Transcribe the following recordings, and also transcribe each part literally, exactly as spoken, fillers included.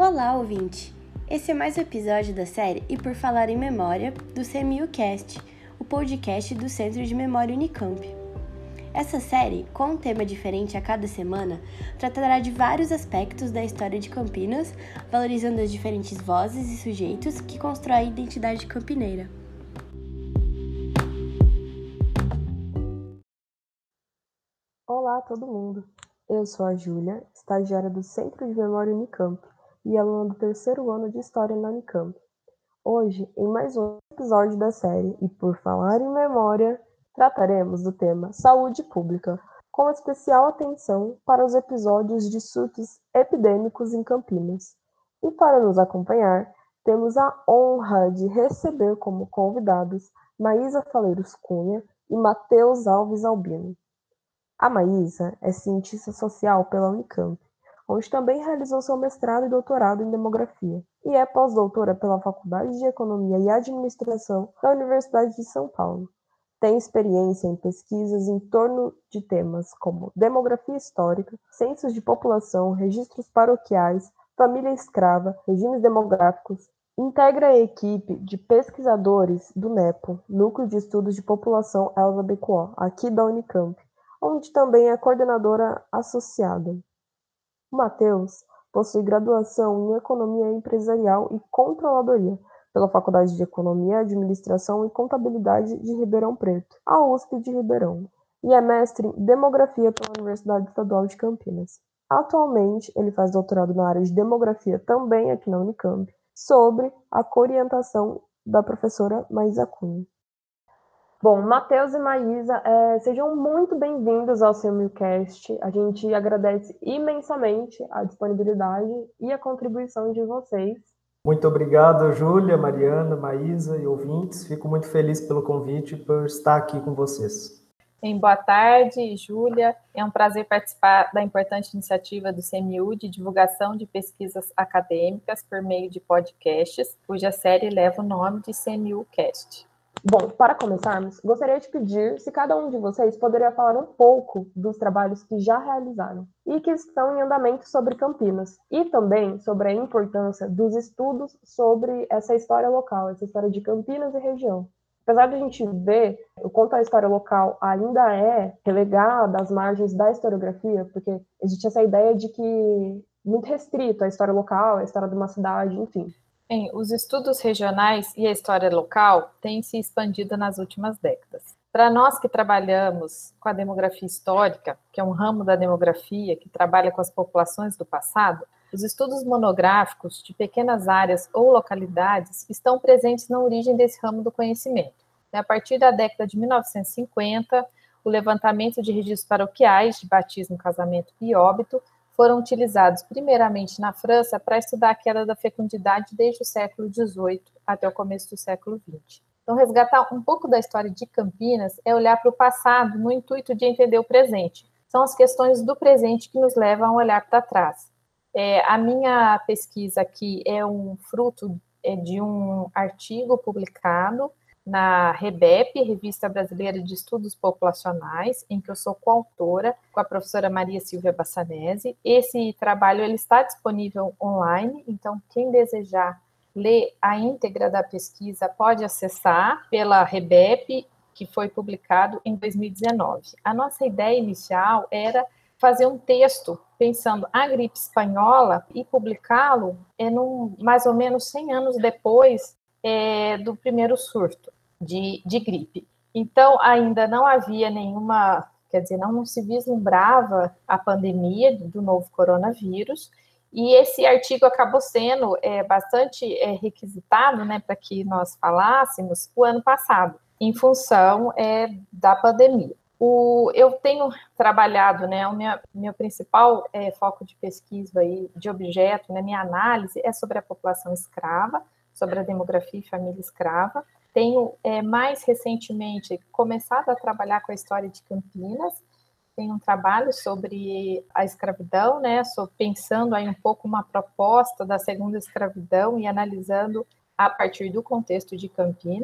Olá, ouvinte! Esse é mais um episódio da série E Por Falar em Memória, do C M U Cast, o podcast do Centro de Memória Unicamp. Essa série, com um tema diferente a cada semana, tratará de vários aspectos da história de Campinas, valorizando as diferentes vozes e sujeitos que constroem a identidade campineira. Olá a todo mundo! Eu sou a Júlia, estagiária do Centro de Memória Unicamp e aluna do terceiro ano de História na Unicamp. Hoje, em mais um episódio da série E Por Falar em Memória, trataremos do tema Saúde Pública, com especial atenção para os episódios de surtos epidêmicos em Campinas. E para nos acompanhar, temos a honra de receber como convidados Maísa Faleiros Cunha e Matheus Alves Albino. A Maísa é cientista social pela Unicamp, onde também realizou seu mestrado e doutorado em demografia, e é pós-doutora pela Faculdade de Economia e Administração da Universidade de São Paulo. Tem experiência em pesquisas em torno de temas como demografia histórica, censos de população, registros paroquiais, família escrava, regimes demográficos. Integra a equipe de pesquisadores do NEPO, Núcleo de Estudos de População Elza Becquot, aqui da Unicamp, onde também é coordenadora associada. O Matheus possui graduação em Economia Empresarial e Controladoria pela Faculdade de Economia, Administração e Contabilidade de Ribeirão Preto, a U S P de Ribeirão, e é mestre em Demografia pela Universidade Estadual de Campinas. Atualmente, ele faz doutorado na área de Demografia também aqui na Unicamp, sobre a coorientação da professora Maísa Cunha. Bom, Matheus e Maísa, é, sejam muito bem-vindos ao CMUcast. A gente agradece imensamente a disponibilidade e a contribuição de vocês. Muito obrigado, Júlia, Mariana, Maísa e ouvintes. Fico muito feliz pelo convite e por estar aqui com vocês. Bem, boa tarde, Júlia. É um prazer participar da importante iniciativa do C M U de divulgação de pesquisas acadêmicas por meio de podcasts, cuja série leva o nome de CMUcast. Bom, para começarmos, gostaria de pedir se cada um de vocês poderia falar um pouco dos trabalhos que já realizaram e que estão em andamento sobre Campinas, e também sobre a importância dos estudos sobre essa história local, essa história de Campinas e região. Apesar de a gente ver o quanto a história local ainda é relegada às margens da historiografia, porque existe essa ideia de que muito restrito a história local, a história de uma cidade, enfim. Bem, os estudos regionais e a história local têm se expandido nas últimas décadas. Para nós que trabalhamos com a demografia histórica, que é um ramo da demografia que trabalha com as populações do passado, os estudos monográficos de pequenas áreas ou localidades estão presentes na origem desse ramo do conhecimento. A partir da década de mil novecentos e cinquenta, o levantamento de registros paroquiais de batismo, casamento e óbito foram utilizados primeiramente na França para estudar a queda da fecundidade desde o século dezoito até o começo do século vinte. Então, resgatar um pouco da história de Campinas é olhar para o passado no intuito de entender o presente. São as questões do presente que nos levam a olhar para trás. É, a minha pesquisa aqui é um fruto é, de um artigo publicado na REBEP, Revista Brasileira de Estudos Populacionais, em que eu sou coautora com a professora Maria Silvia Bassanese. Esse trabalho ele está disponível online, então quem desejar ler a íntegra da pesquisa pode acessar pela REBEP, que foi publicado em dois mil e dezenove. A nossa ideia inicial era fazer um texto pensando a gripe espanhola e publicá-lo é num, mais ou menos cem anos depois é, do primeiro surto De, de gripe. Então, ainda não havia nenhuma, quer dizer, não, não se vislumbrava a pandemia do novo coronavírus, e esse artigo acabou sendo é, bastante é, requisitado, né, para que nós falássemos o ano passado, em função é, da pandemia. O, eu tenho trabalhado, né, o meu, meu principal é, foco de pesquisa aí, de objeto, né, minha análise é sobre a população escrava, sobre a demografia e família escrava. Tenho, é, mais recentemente, começado a trabalhar com a história de Campinas. Tenho um trabalho sobre a escravidão, né? Sou pensando aí um pouco uma proposta da segunda escravidão e analisando a partir do contexto de Campinas.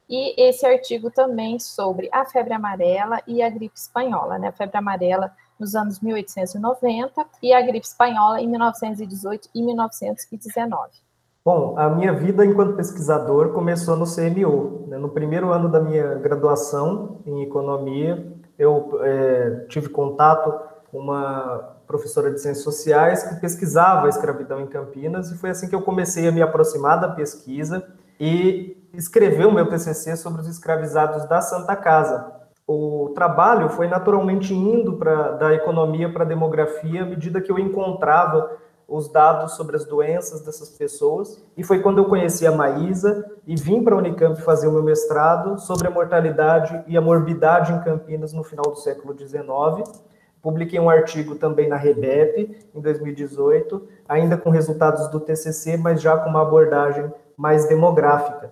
e esse artigo também sobre a febre amarela e a gripe espanhola, né? A febre amarela nos anos mil oitocentos e noventa e a gripe espanhola em mil novecentos e dezoito e mil novecentos e dezenove. Bom, a minha vida enquanto pesquisador começou no C M U. Né? No primeiro ano da minha graduação em economia, eu é, tive contato com uma professora de ciências sociais que pesquisava a escravidão em Campinas, e foi assim que eu comecei a me aproximar da pesquisa e escrever o meu T C C sobre os escravizados da Santa Casa. O trabalho foi naturalmente indo pra, da economia para a demografia à medida que eu encontrava os dados sobre as doenças dessas pessoas, e foi quando eu conheci a Maísa e vim para a Unicamp fazer o meu mestrado sobre a mortalidade e a morbidade em Campinas no final do século dezenove. Publiquei um artigo também na Rebep, em dois mil e dezoito, ainda com resultados do T C C, mas já com uma abordagem mais demográfica.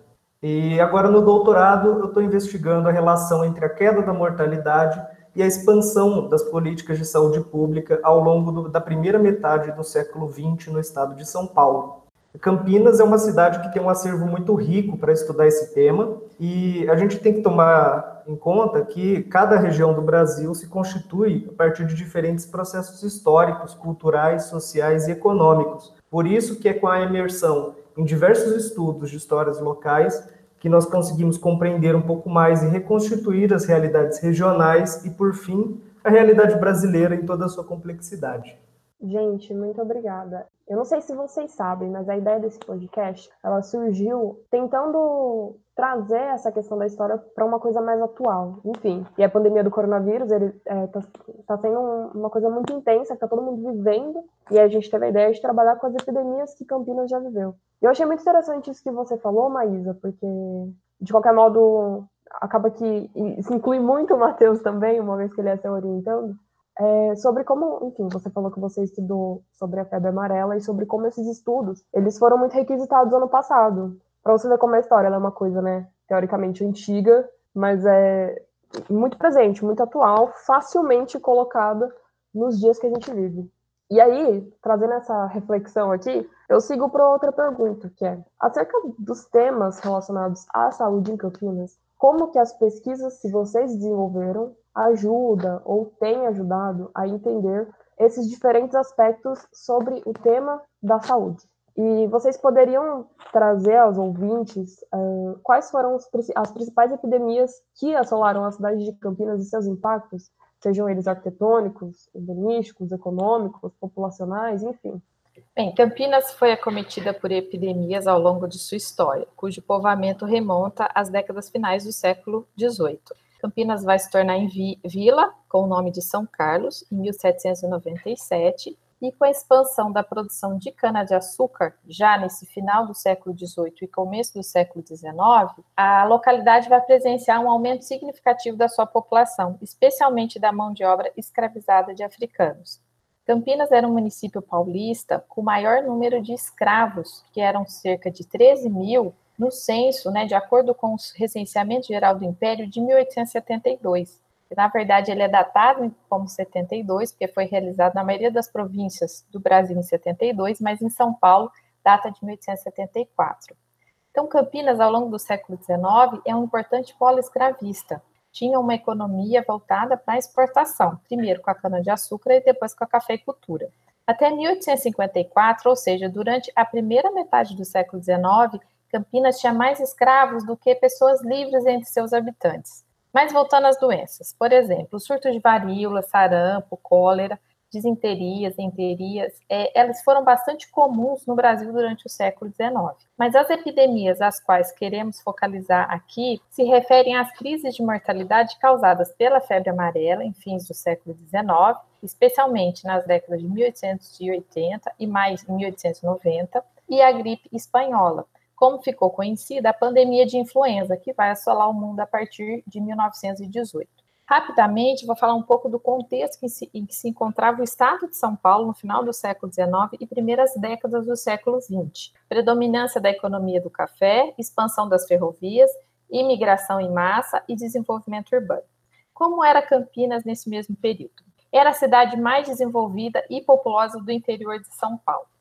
E agora, no doutorado, eu estou investigando a relação entre a queda da mortalidade e a expansão das políticas de saúde pública ao longo do, da primeira metade do século vinte no estado de São Paulo. Campinas é uma cidade que tem um acervo muito rico para estudar esse tema, e a gente tem que tomar em conta que cada região do Brasil se constitui a partir de diferentes processos históricos, culturais, sociais e econômicos. Por isso que é com a imersão em diversos estudos de histórias locais que nós conseguimos compreender um pouco mais e reconstituir as realidades regionais e, por fim, a realidade brasileira em toda a sua complexidade. Gente, muito obrigada. Eu não sei se vocês sabem, mas a ideia desse podcast, ela surgiu tentando trazer essa questão da história para uma coisa mais atual. Enfim, e a pandemia do coronavírus, ele é, tá, tá sendo um, uma coisa muito intensa, que tá todo mundo vivendo, e a gente teve a ideia de trabalhar com as epidemias que Campinas já viveu. E eu achei muito interessante isso que você falou, Maísa, porque, de qualquer modo, acaba que isso inclui muito o Matheus também, uma vez que ele é seu orientando, É, sobre como, enfim, você falou que você estudou sobre a febre amarela e sobre como esses estudos, eles foram muito requisitados ano passado. Para você ver como a história ela é uma coisa, né, teoricamente antiga, mas é muito presente, muito atual, facilmente colocada nos dias que a gente vive. E aí, trazendo essa reflexão aqui, eu sigo para outra pergunta, que é, acerca dos temas relacionados à saúde em Campinas, como que as pesquisas que vocês desenvolveram ajuda ou tem ajudado a entender esses diferentes aspectos sobre o tema da saúde. E vocês poderiam trazer aos ouvintes uh, quais foram os, as principais epidemias que assolaram a cidade de Campinas e seus impactos, sejam eles arquitetônicos, urbanísticos, econômicos, populacionais, enfim. Bem, Campinas foi acometida por epidemias ao longo de sua história, cujo povoamento remonta às décadas finais do século dezoito. Campinas vai se tornar em vi- vila, com o nome de São Carlos, em mil setecentos e noventa e sete, e com a expansão da produção de cana-de-açúcar, já nesse final do século dezoito e começo do século dezenove, a localidade vai presenciar um aumento significativo da sua população, especialmente da mão de obra escravizada de africanos. Campinas era um município paulista com maior número de escravos, que eram cerca de treze mil, no censo, né, de acordo com o recenseamento geral do Império de mil oitocentos e setenta e dois. Na verdade, ele é datado como setenta e dois, porque foi realizado na maioria das províncias do Brasil em setenta e dois, mas em São Paulo data de mil oitocentos e setenta e quatro. Então, Campinas, ao longo do século dezenove, é um importante polo escravista. Tinha uma economia voltada para a exportação, primeiro com a cana-de-açúcar e depois com a cafeicultura. Até mil oitocentos e cinquenta e quatro, ou seja, durante a primeira metade do século dezenove, Campinas tinha mais escravos do que pessoas livres entre seus habitantes. Mas voltando às doenças, por exemplo, o surto de varíola, sarampo, cólera, disenterias, enterias, é, elas foram bastante comuns no Brasil durante o século dezenove. Mas as epidemias às quais queremos focalizar aqui se referem às crises de mortalidade causadas pela febre amarela em fins do século dezenove, especialmente nas décadas de mil oitocentos e oitenta e mais em mil oitocentos e noventa, e a gripe espanhola, como ficou conhecida a pandemia de influenza, que vai assolar o mundo a partir de mil novecentos e dezoito. Rapidamente, vou falar um pouco do contexto em que, se, em que se encontrava o estado de São Paulo no final do século dezenove e primeiras décadas do século vinte. Predominância da economia do café, expansão das ferrovias, imigração em massa e desenvolvimento urbano. Como era Campinas nesse mesmo período? Era a cidade mais desenvolvida e populosa do interior de São Paulo.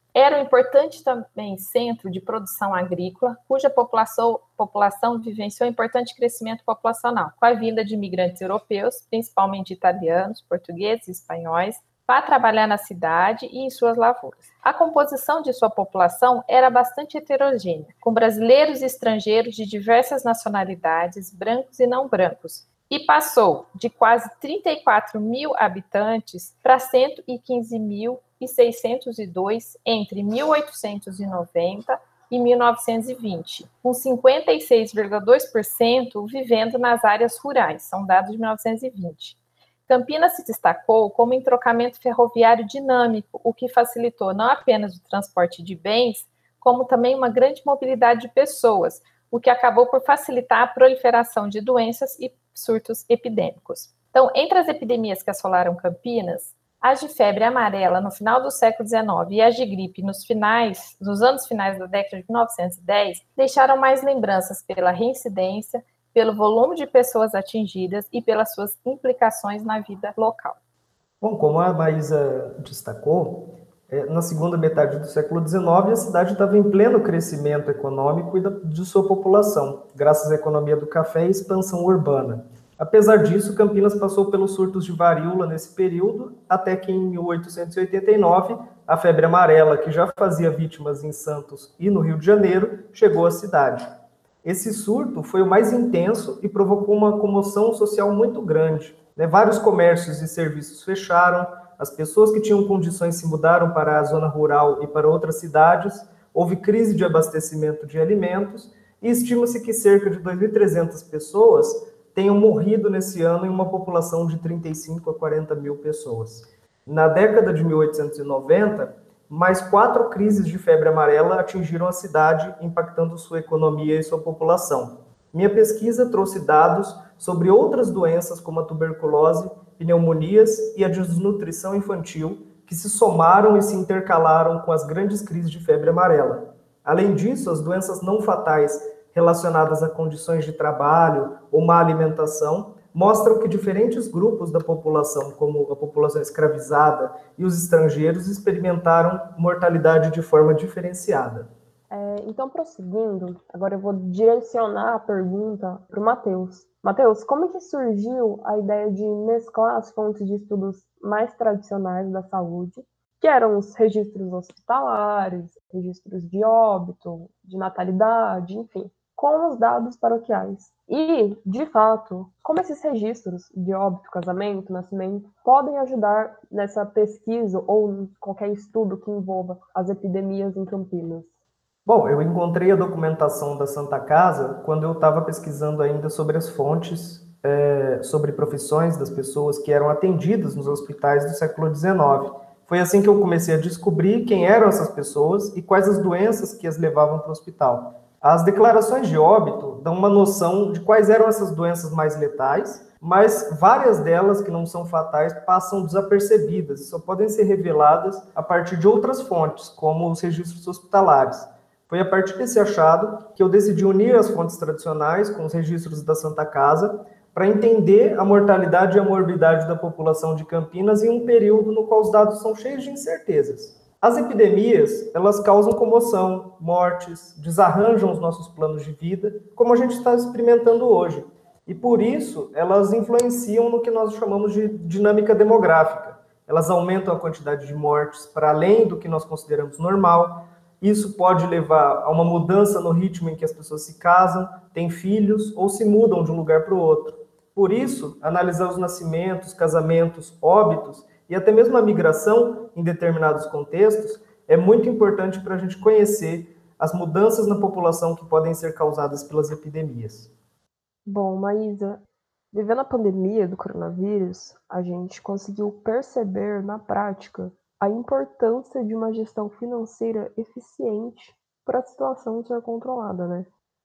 Era um importante também centro de produção agrícola, cuja população, população vivenciou importante crescimento populacional, com a vinda de imigrantes europeus, principalmente italianos, portugueses e espanhóis, para trabalhar na cidade e em suas lavouras. A composição de sua população era bastante heterogênea, com brasileiros e estrangeiros de diversas nacionalidades, brancos e não brancos, e passou de quase trinta e quatro mil habitantes para cento e quinze mil e seiscentos e dois entre mil oitocentos e noventa e mil novecentos e vinte, com cinquenta e seis vírgula dois por cento vivendo nas áreas rurais, são dados de mil novecentos e vinte. Campinas se destacou como entrocamento ferroviário dinâmico, o que facilitou não apenas o transporte de bens, como também uma grande mobilidade de pessoas, o que acabou por facilitar a proliferação de doenças e surtos epidêmicos. Então, entre as epidemias que assolaram Campinas, as de febre amarela no final do século dezenove e as de gripe nos finais, nos anos finais da década de mil novecentos e dez, deixaram mais lembranças pela reincidência, pelo volume de pessoas atingidas e pelas suas implicações na vida local. Bom, como a Maísa destacou, na segunda metade do século dezenove, a cidade estava em pleno crescimento econômico e de sua população, graças à economia do café e expansão urbana. Apesar disso, Campinas passou pelos surtos de varíola nesse período, até que em mil oitocentos e oitenta e nove, a febre amarela, que já fazia vítimas em Santos e no Rio de Janeiro, chegou à cidade. Esse surto foi o mais intenso e provocou uma comoção social muito grande. Né? Vários comércios e serviços fecharam, as pessoas que tinham condições se mudaram para a zona rural e para outras cidades, houve crise de abastecimento de alimentos e estima-se que cerca de dois mil e trezentas pessoas tenham morrido nesse ano em uma população de trinta e cinco a quarenta mil pessoas. Na década de mil oitocentos e noventa, mais quatro crises de febre amarela atingiram a cidade, impactando sua economia e sua população. Minha pesquisa trouxe dados sobre outras doenças como a tuberculose, pneumonias e a desnutrição infantil, que se somaram e se intercalaram com as grandes crises de febre amarela. Além disso, as doenças não fatais relacionadas a condições de trabalho ou má alimentação mostram que diferentes grupos da população, como a população escravizada e os estrangeiros, experimentaram mortalidade de forma diferenciada. É, então, prosseguindo, agora eu vou direcionar a pergunta para o Matheus. Matheus, como que surgiu a ideia de mesclar as fontes de estudos mais tradicionais da saúde, que eram os registros hospitalares, registros de óbito, de natalidade, enfim, com os dados paroquiais? E, de fato, como esses registros de óbito, casamento, nascimento podem ajudar nessa pesquisa ou qualquer estudo que envolva as epidemias em Campinas? Bom, eu encontrei a documentação da Santa Casa quando eu estava pesquisando ainda sobre as fontes, é, sobre profissões das pessoas que eram atendidas nos hospitais do século dezenove. Foi assim que eu comecei a descobrir quem eram essas pessoas e quais as doenças que as levavam para o hospital. As declarações de óbito dão uma noção de quais eram essas doenças mais letais, mas várias delas que não são fatais passam desapercebidas e só podem ser reveladas a partir de outras fontes, como os registros hospitalares. Foi a partir desse achado que eu decidi unir as fontes tradicionais com os registros da Santa Casa para entender a mortalidade e a morbidade da população de Campinas em um período no qual os dados são cheios de incertezas. As epidemias, elas causam comoção, mortes, desarranjam os nossos planos de vida, como a gente está experimentando hoje. E por isso, elas influenciam no que nós chamamos de dinâmica demográfica. Elas aumentam a quantidade de mortes para além do que nós consideramos normal. Isso pode levar a uma mudança no ritmo em que as pessoas se casam, têm filhos ou se mudam de um lugar para o outro. Por isso, analisar os nascimentos, casamentos, óbitos e até mesmo a migração em determinados contextos é muito importante para a gente conhecer as mudanças na população que podem ser causadas pelas epidemias. Bom, Maísa, vivendo a pandemia do coronavírus, a gente conseguiu perceber na prática a importância de uma gestão financeira eficiente para a situação ser controlada, né?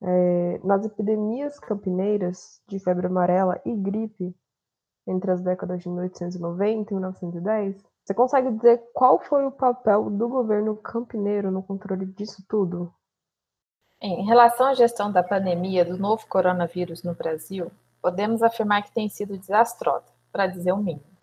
É, nas epidemias campineiras de febre amarela e gripe, entre as décadas de mil oitocentos e noventa e mil novecentos e dez, você consegue dizer qual foi o papel do governo campineiro no controle disso tudo? Em relação à gestão da pandemia do novo coronavírus no Brasil, podemos afirmar que tem sido desastrosa, para dizer o mínimo.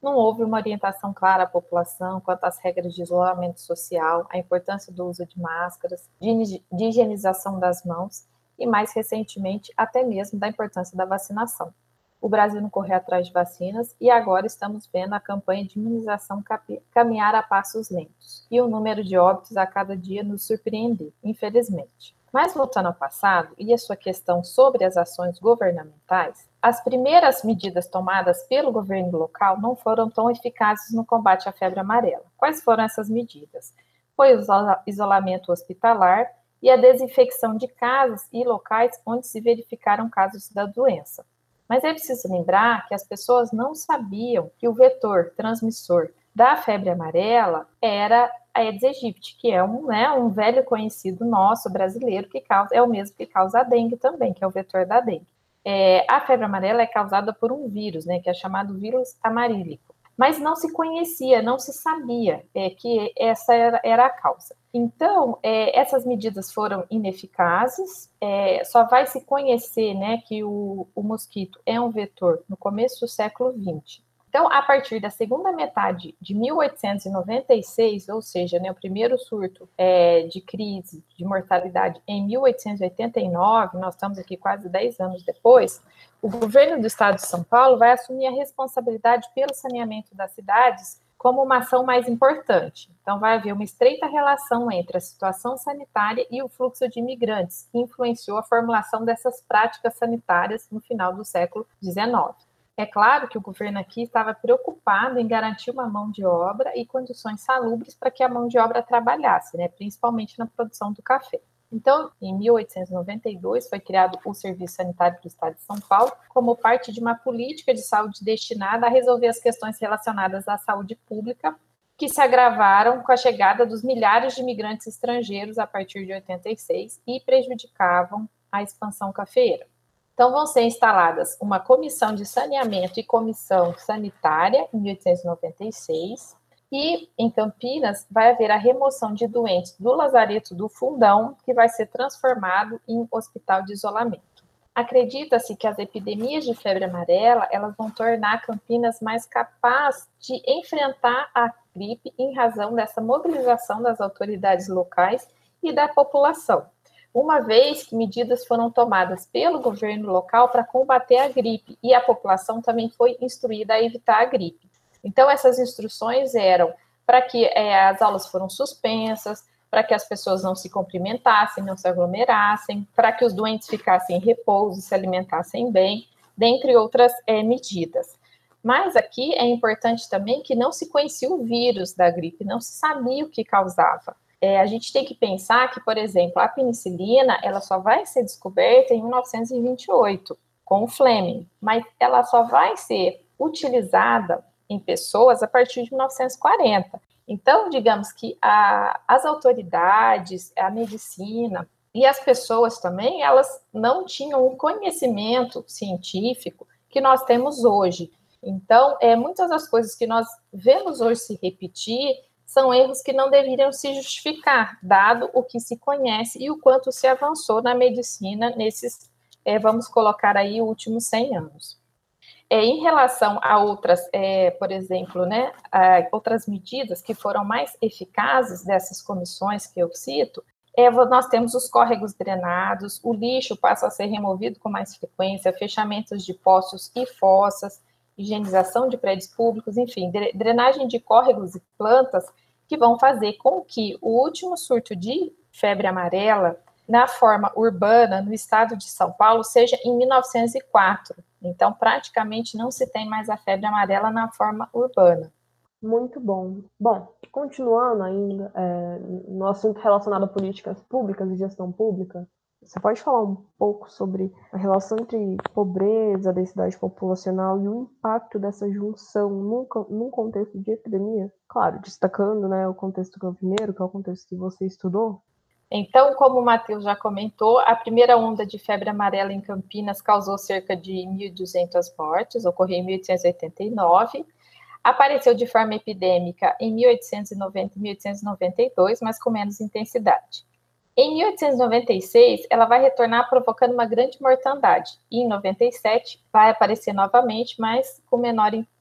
não houve uma orientação clara à população quanto às regras de isolamento social, a importância do uso de máscaras, de higienização das mãos e, mais recentemente, até mesmo da importância da vacinação. O Brasil não correu atrás de vacinas e agora estamos vendo a campanha de imunização caminhar a passos lentos e o número de óbitos a cada dia nos surpreender, infelizmente. Mas voltando ao passado e a sua questão sobre as ações governamentais, as primeiras medidas tomadas pelo governo local não foram tão eficazes no combate à febre amarela. Quais foram essas medidas? Foi o isolamento hospitalar e a desinfecção de casas e locais onde se verificaram casos da doença. Mas é preciso lembrar que as pessoas não sabiam que o vetor transmissor da febre amarela era a Aedes aegypti, que é um, né, um velho conhecido nosso, brasileiro, que causa, é o mesmo que causa a dengue também, que é o vetor da dengue. É, a febre amarela é causada por um vírus, né, que é chamado vírus amarílico. Mas não se conhecia, não se sabia é, que essa era, era a causa. Então, é, essas medidas foram ineficazes, é, só vai se conhecer, né, que o, o mosquito é um vetor no começo do século vinte. Então, a partir da segunda metade de mil oitocentos e noventa e seis, ou seja, né, o primeiro surto é, de crise de mortalidade em mil oitocentos e oitenta e nove, nós estamos aqui quase dez anos depois, o governo do estado de São Paulo vai assumir a responsabilidade pelo saneamento das cidades como uma ação mais importante. Então, vai haver uma estreita relação entre a situação sanitária e o fluxo de imigrantes, que influenciou a formulação dessas práticas sanitárias no final do século dezenove. É claro que o governo aqui estava preocupado em garantir uma mão de obra e condições salubres para que a mão de obra trabalhasse, né, principalmente na produção do café. Então, em mil oitocentos e noventa e dois, foi criado o Serviço Sanitário do Estado de São Paulo como parte de uma política de saúde destinada a resolver as questões relacionadas à saúde pública, que se agravaram com a chegada dos milhares de imigrantes estrangeiros a partir de oitenta e seis e prejudicavam a expansão cafeeira. Então, vão ser instaladas uma comissão de saneamento e comissão sanitária em mil oitocentos e noventa e seis, e em Campinas vai haver a remoção de doentes do Lazareto do Fundão, que vai ser transformado em hospital de isolamento. Acredita-se que as epidemias de febre amarela elas vão tornar Campinas mais capaz de enfrentar a gripe em razão dessa mobilização das autoridades locais e da população, uma vez que medidas foram tomadas pelo governo local para combater a gripe e a população também foi instruída a evitar a gripe. Então, essas instruções eram para que é, as aulas foram suspensas, para que as pessoas não se cumprimentassem, não se aglomerassem, para que os doentes ficassem em repouso, se alimentassem bem, dentre outras é, medidas. Mas aqui é importante também que não se conhecia o vírus da gripe, não se sabia o que causava. É, a gente tem que pensar que, por exemplo, a penicilina ela só vai ser descoberta em mil novecentos e vinte e oito, com o Fleming, mas ela só vai ser utilizada em pessoas a partir de mil novecentos e quarenta. Então, digamos que a, as autoridades, a medicina e as pessoas também, elas não tinham o conhecimento científico que nós temos hoje. Então, é, muitas das coisas que nós vemos hoje se repetir são erros que não deveriam se justificar, dado o que se conhece e o quanto se avançou na medicina nesses, é, vamos colocar aí, últimos cem anos. É, em relação a outras, é, por exemplo, né, a outras medidas que foram mais eficazes dessas comissões que eu cito, é, nós temos os córregos drenados, o lixo passa a ser removido com mais frequência, fechamentos de poços e fossas, higienização de prédios públicos, enfim, drenagem de córregos e plantas que vão fazer com que o último surto de febre amarela na forma urbana no estado de São Paulo seja em mil novecentos e quatro. Então, praticamente não se tem mais a febre amarela na forma urbana. Muito bom. Bom, continuando ainda é, no assunto relacionado a políticas públicas e gestão pública, você pode falar um pouco sobre a relação entre pobreza, densidade populacional e o impacto dessa junção num, num contexto de epidemia? Claro, destacando, né, o contexto campineiro, que é o contexto que você estudou. Então, como o Matheus já comentou, a primeira onda de febre amarela em Campinas causou cerca de mil e duzentas mortes, ocorreu em mil oitocentos e oitenta e nove, apareceu de forma epidêmica em mil oitocentos e noventa e mil oitocentos e noventa e dois, mas com menos intensidade. Em mil oitocentos e noventa e seis, ela vai retornar provocando uma grande mortandade, e em noventa e sete vai aparecer novamente, mas com menor,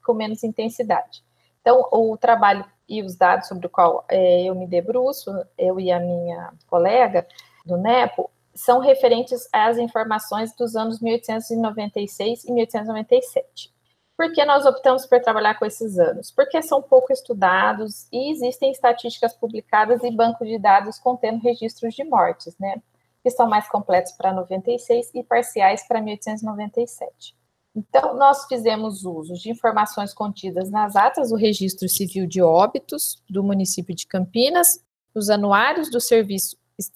com menos intensidade. Então, o trabalho e os dados sobre o qual é, eu me debruço, eu e a minha colega do NEPO, são referentes às informações dos anos mil oitocentos e noventa e seis e mil oitocentos e noventa e sete. Por que nós optamos por trabalhar com esses anos? Porque são pouco estudados e existem estatísticas publicadas e banco de dados contendo registros de mortes, né? Que são mais completos para noventa e seis e parciais para mil oitocentos e noventa e sete. Então, nós fizemos uso de informações contidas nas atas do Registro Civil de Óbitos do município de Campinas, dos anuários do Serviço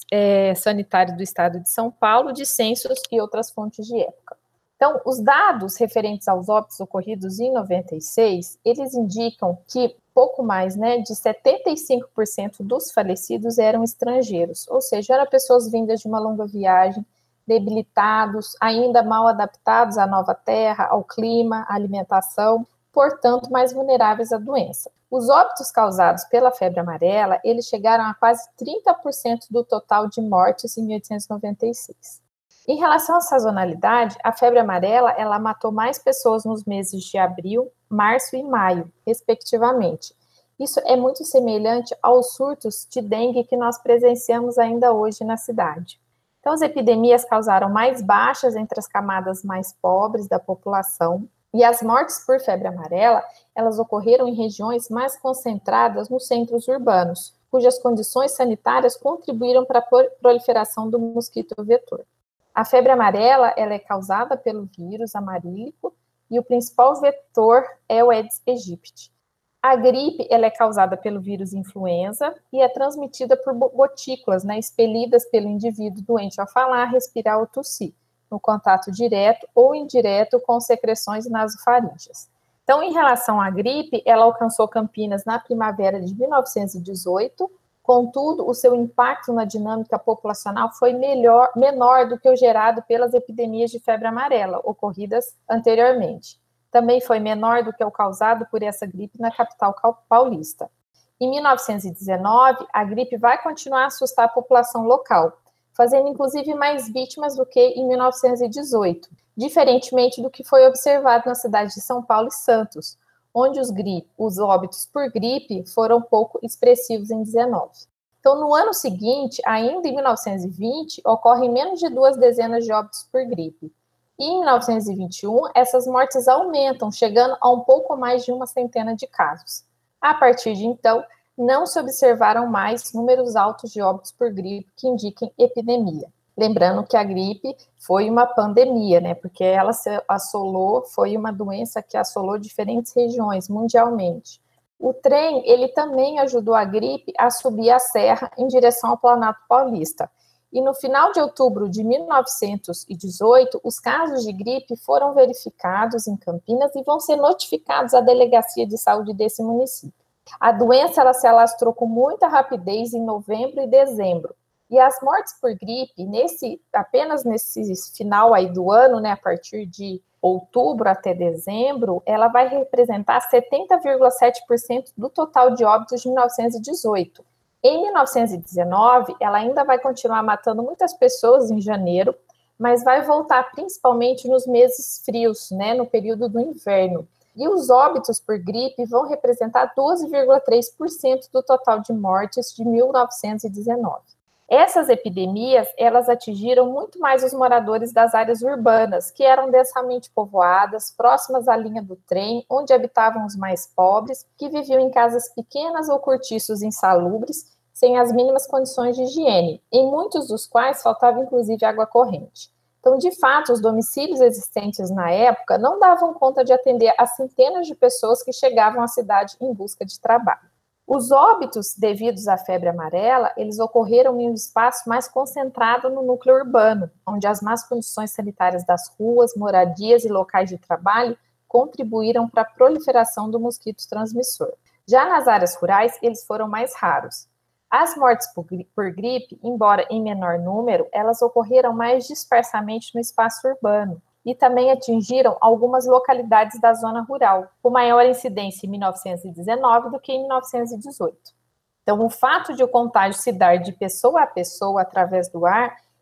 é, Sanitário do Estado de São Paulo, de censos e outras fontes de época. Então, os dados referentes aos óbitos ocorridos em noventa e seis, eles indicam que pouco mais, né, de setenta e cinco por cento dos falecidos eram estrangeiros, ou seja, eram pessoas vindas de uma longa viagem, debilitados, ainda mal adaptados à nova terra, ao clima, à alimentação, portanto, mais vulneráveis à doença. Os óbitos causados pela febre amarela, eles chegaram a quase trinta por cento do total de mortes em mil oitocentos e noventa e seis. Em relação à sazonalidade, a febre amarela, ela matou mais pessoas nos meses de abril, março e maio, respectivamente. Isso é muito semelhante aos surtos de dengue que nós presenciamos ainda hoje na cidade. Então, as epidemias causaram mais baixas entre as camadas mais pobres da população, e as mortes por febre amarela, elas ocorreram em regiões mais concentradas nos centros urbanos, cujas condições sanitárias contribuíram para a proliferação do mosquito vetor. A febre amarela, ela é causada pelo vírus amarílico e o principal vetor é o Aedes aegypti. A gripe, ela é causada pelo vírus influenza e é transmitida por gotículas, né, expelidas pelo indivíduo doente ao falar, respirar ou tossir, no contato direto ou indireto com secreções nasofaríngeas. Então, em relação à gripe, ela alcançou Campinas na primavera de mil novecentos e dezoito, contudo, o seu impacto na dinâmica populacional foi melhor, menor do que o gerado pelas epidemias de febre amarela, ocorridas anteriormente. Também foi menor do que o causado por essa gripe na capital paulista. Em mil novecentos e dezenove, a gripe vai continuar a assustar a população local, fazendo inclusive mais vítimas do que em mil novecentos e dezoito, diferentemente do que foi observado na cidade de São Paulo e Santos, onde os, gripe, os óbitos por gripe foram pouco expressivos em dezenove. Então, no ano seguinte, ainda em mil novecentos e vinte, ocorrem menos de duas dezenas de óbitos por gripe. E em mil novecentos e vinte e um, essas mortes aumentam, chegando a um pouco mais de uma centena de casos. A partir de então, não se observaram mais números altos de óbitos por gripe que indiquem epidemia. Lembrando que a gripe foi uma pandemia, né? Porque ela se assolou, foi uma doença que assolou diferentes regiões mundialmente. O trem, ele também ajudou a gripe a subir a serra em direção ao Planalto Paulista. E no final de outubro de mil novecentos e dezoito, os casos de gripe foram verificados em Campinas e vão ser notificados à Delegacia de Saúde desse município. A doença, ela se alastrou com muita rapidez em novembro e dezembro. E as mortes por gripe, nesse, apenas nesse final aí do ano, né, a partir de outubro até dezembro, ela vai representar setenta vírgula sete por cento do total de óbitos de mil novecentos e dezoito. Em mil novecentos e dezenove, ela ainda vai continuar matando muitas pessoas em janeiro, mas vai voltar principalmente nos meses frios, né, no período do inverno. E os óbitos por gripe vão representar doze vírgula três por cento do total de mortes de mil novecentos e dezenove. Essas epidemias, elas atingiram muito mais os moradores das áreas urbanas, que eram densamente povoadas, próximas à linha do trem, onde habitavam os mais pobres, que viviam em casas pequenas ou cortiços insalubres, sem as mínimas condições de higiene, em muitos dos quais faltava inclusive água corrente. Então, de fato, os domicílios existentes na época não davam conta de atender as centenas de pessoas que chegavam à cidade em busca de trabalho. Os óbitos devidos à febre amarela, eles ocorreram em um espaço mais concentrado no núcleo urbano, onde as más condições sanitárias das ruas, moradias e locais de trabalho contribuíram para a proliferação do mosquito transmissor. Já nas áreas rurais, eles foram mais raros. As mortes por gripe, embora em menor número, elas ocorreram mais dispersamente no espaço urbano e também atingiram algumas localidades da zona rural, com maior incidência em mil novecentos e dezenove do que em mil novecentos e dezoito. Então, o fato de o contágio se dar de pessoa a pessoa através do ar,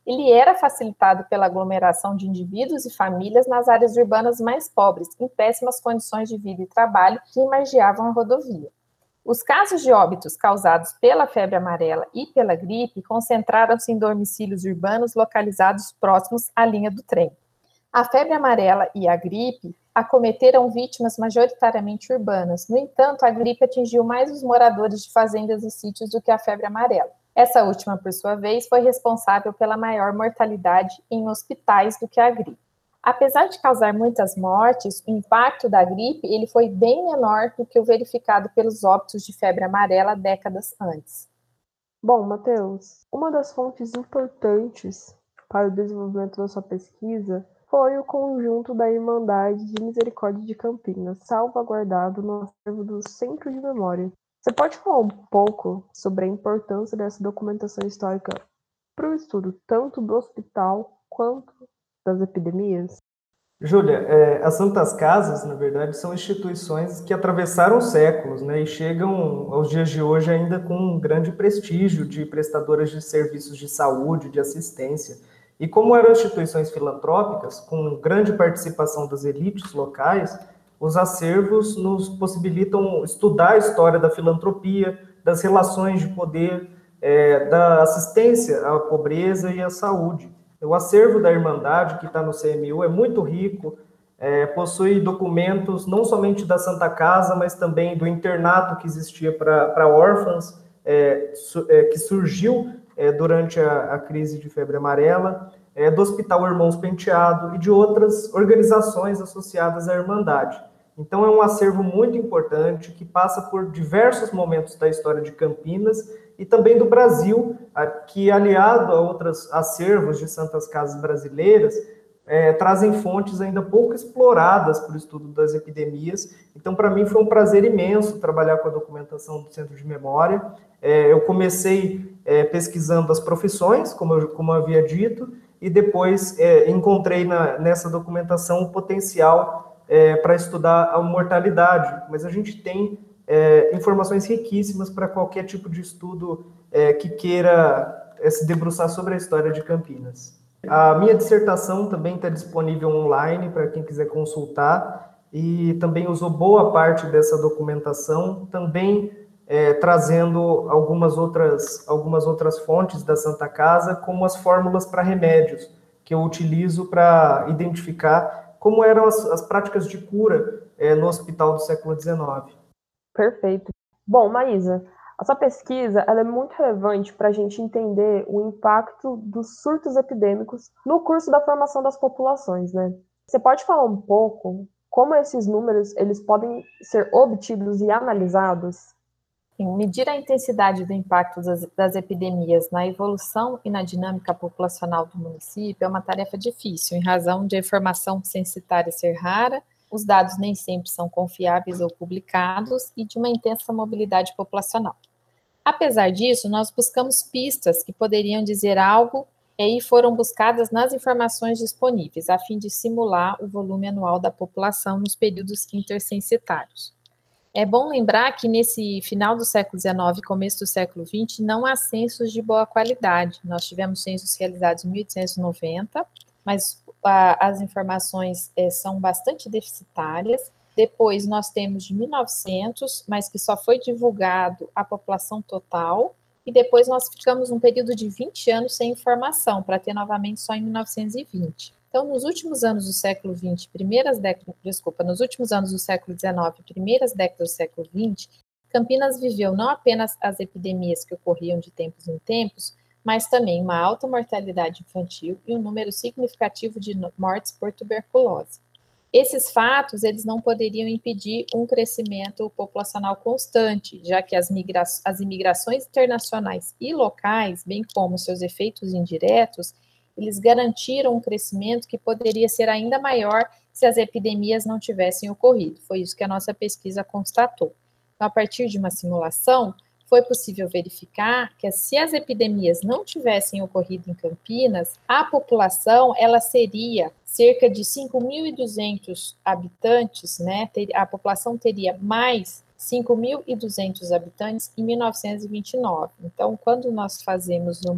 ele era facilitado pela aglomeração de indivíduos e famílias nas áreas urbanas mais pobres, em péssimas condições de vida e trabalho, que margeavam a rodovia. Os casos de óbitos causados pela febre amarela e pela gripe concentraram-se em domicílios urbanos localizados próximos à linha do trem. A febre amarela e a gripe acometeram vítimas majoritariamente urbanas. No entanto, a gripe atingiu mais os moradores de fazendas e sítios do que a febre amarela. Essa última, por sua vez, foi responsável pela maior mortalidade em hospitais do que a gripe. Apesar de causar muitas mortes, o impacto da gripe ele foi bem menor do que o verificado pelos óbitos de febre amarela décadas antes. Bom, Matheus, uma das fontes importantes para o desenvolvimento da sua pesquisa foi o conjunto da Irmandade de Misericórdia de Campinas, salvaguardado no acervo do Centro de Memória. Você pode falar um pouco sobre a importância dessa documentação histórica para o estudo tanto do hospital quanto das epidemias? Júlia, é, as Santas Casas, na verdade, são instituições que atravessaram séculos, né, e chegam aos dias de hoje ainda com um grande prestígio de prestadoras de serviços de saúde, de assistência. E como eram instituições filantrópicas, com grande participação das elites locais, os acervos nos possibilitam estudar a história da filantropia, das relações de poder, é, da assistência à pobreza e à saúde. O acervo da Irmandade, que está no C M U, é muito rico, é, possui documentos não somente da Santa Casa, mas também do internato que existia para órfãos, é, su, é, que surgiu é, durante a, a crise de febre amarela, é, do Hospital Irmãos Penteado e de outras organizações associadas à Irmandade. Então, é um acervo muito importante que passa por diversos momentos da história de Campinas e também do Brasil, que, aliado a outros acervos de Santas Casas brasileiras, é, trazem fontes ainda pouco exploradas para o estudo das epidemias. Então, para mim, foi um prazer imenso trabalhar com a documentação do Centro de Memória. É, eu comecei é, pesquisando as profissões, como eu, como eu havia dito, e depois é, encontrei na, nessa documentação o potencial É, para estudar a mortalidade, mas a gente tem é, informações riquíssimas para qualquer tipo de estudo é, que queira é, se debruçar sobre a história de Campinas. A minha dissertação também está disponível online para quem quiser consultar, e também usou boa parte dessa documentação, também é, trazendo algumas outras, algumas outras fontes da Santa Casa, como as fórmulas para remédios, que eu utilizo para identificar como eram as, as práticas de cura é, no hospital do século dezenove. Perfeito. Bom, Maísa, a sua pesquisa ela é muito relevante para a gente entender o impacto dos surtos epidêmicos no curso da formação das populações, né? Você pode falar um pouco como esses números eles podem ser obtidos e analisados? Medir a intensidade do impacto das, das epidemias na evolução e na dinâmica populacional do município é uma tarefa difícil, em razão de a informação censitária ser rara, os dados nem sempre são confiáveis ou publicados e de uma intensa mobilidade populacional. Apesar disso, nós buscamos pistas que poderiam dizer algo e foram buscadas nas informações disponíveis, a fim de simular o volume anual da população nos períodos intercensitários. É bom lembrar que nesse final do século dezenove e começo do século vinte não há censos de boa qualidade. Nós tivemos censos realizados em mil oitocentos e noventa, mas a, as informações é, são bastante deficitárias. Depois nós temos de mil e novecentos, mas que só foi divulgado a população total. E depois nós ficamos um período de vinte anos sem informação, para ter novamente só em mil novecentos e vinte. Então, nos últimos anos do século vinte, primeiras décadas, desculpa, nos últimos anos do século dezenove, primeiras décadas do século vinte, Campinas viveu não apenas as epidemias que ocorriam de tempos em tempos, mas também uma alta mortalidade infantil e um número significativo de mortes por tuberculose. Esses fatos, eles não poderiam impedir um crescimento populacional constante, já que as, migra- as imigrações internacionais e locais, bem como seus efeitos indiretos, eles garantiram um crescimento que poderia ser ainda maior se as epidemias não tivessem ocorrido. Foi isso que a nossa pesquisa constatou. Então, a partir de uma simulação, foi possível verificar que se as epidemias não tivessem ocorrido em Campinas, a população ela seria cerca de cinco mil e duzentos habitantes, né? A população teria mais cinco mil e duzentos habitantes em mil novecentos e vinte e nove. Então, quando nós fazemos uma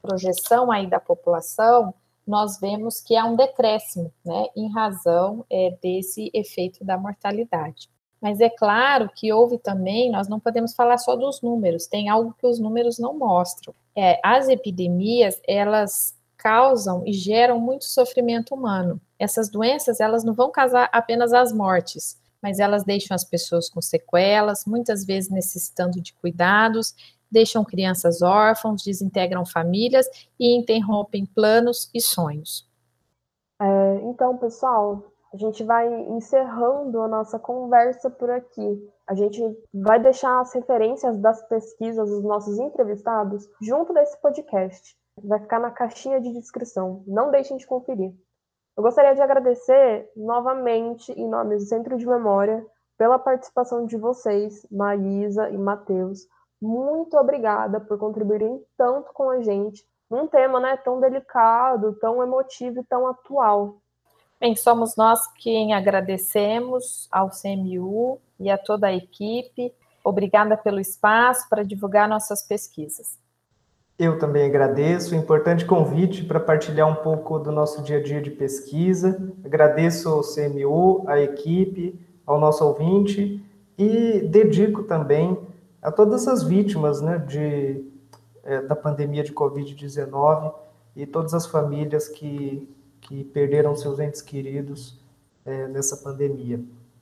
projeção aí da população, nós vemos que há um decréscimo, né, em razão é, desse efeito da mortalidade. Mas é claro que houve também, nós não podemos falar só dos números, tem algo que os números não mostram. É, as epidemias, elas causam e geram muito sofrimento humano. Essas doenças, elas não vão causar apenas as mortes, mas elas deixam as pessoas com sequelas, muitas vezes necessitando de cuidados, deixam crianças órfãos, desintegram famílias e interrompem planos e sonhos. É, então, pessoal, a gente vai encerrando a nossa conversa por aqui. A gente vai deixar as referências das pesquisas dos nossos entrevistados junto desse podcast. Vai ficar na caixinha de descrição. Não deixem de conferir. Eu gostaria de agradecer novamente, em nome do Centro de Memória, pela participação de vocês, Maísa e Matheus. Muito obrigada por contribuírem tanto com a gente num tema, né, tão delicado, tão emotivo e tão atual. Bem, somos nós quem agradecemos ao C M U e a toda a equipe. Obrigada pelo espaço para divulgar nossas pesquisas. Eu também agradeço o importante convite para partilhar um pouco do nosso dia a dia de pesquisa. Agradeço ao C M U, à equipe, ao nosso ouvinte e dedico também a todas as vítimas, né, de, é, da pandemia de covid dezenove e todas as famílias que, que perderam seus entes queridos é, nessa pandemia.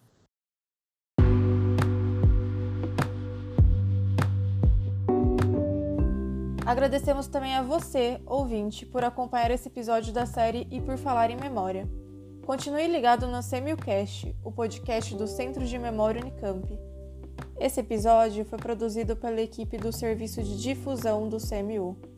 Agradecemos também a você, ouvinte, por acompanhar esse episódio da série E por Falar em Memória. Continue ligado no CMUcast, o podcast do Centro de Memória Unicamp. Esse episódio foi produzido pela equipe do Serviço de Difusão do C M U.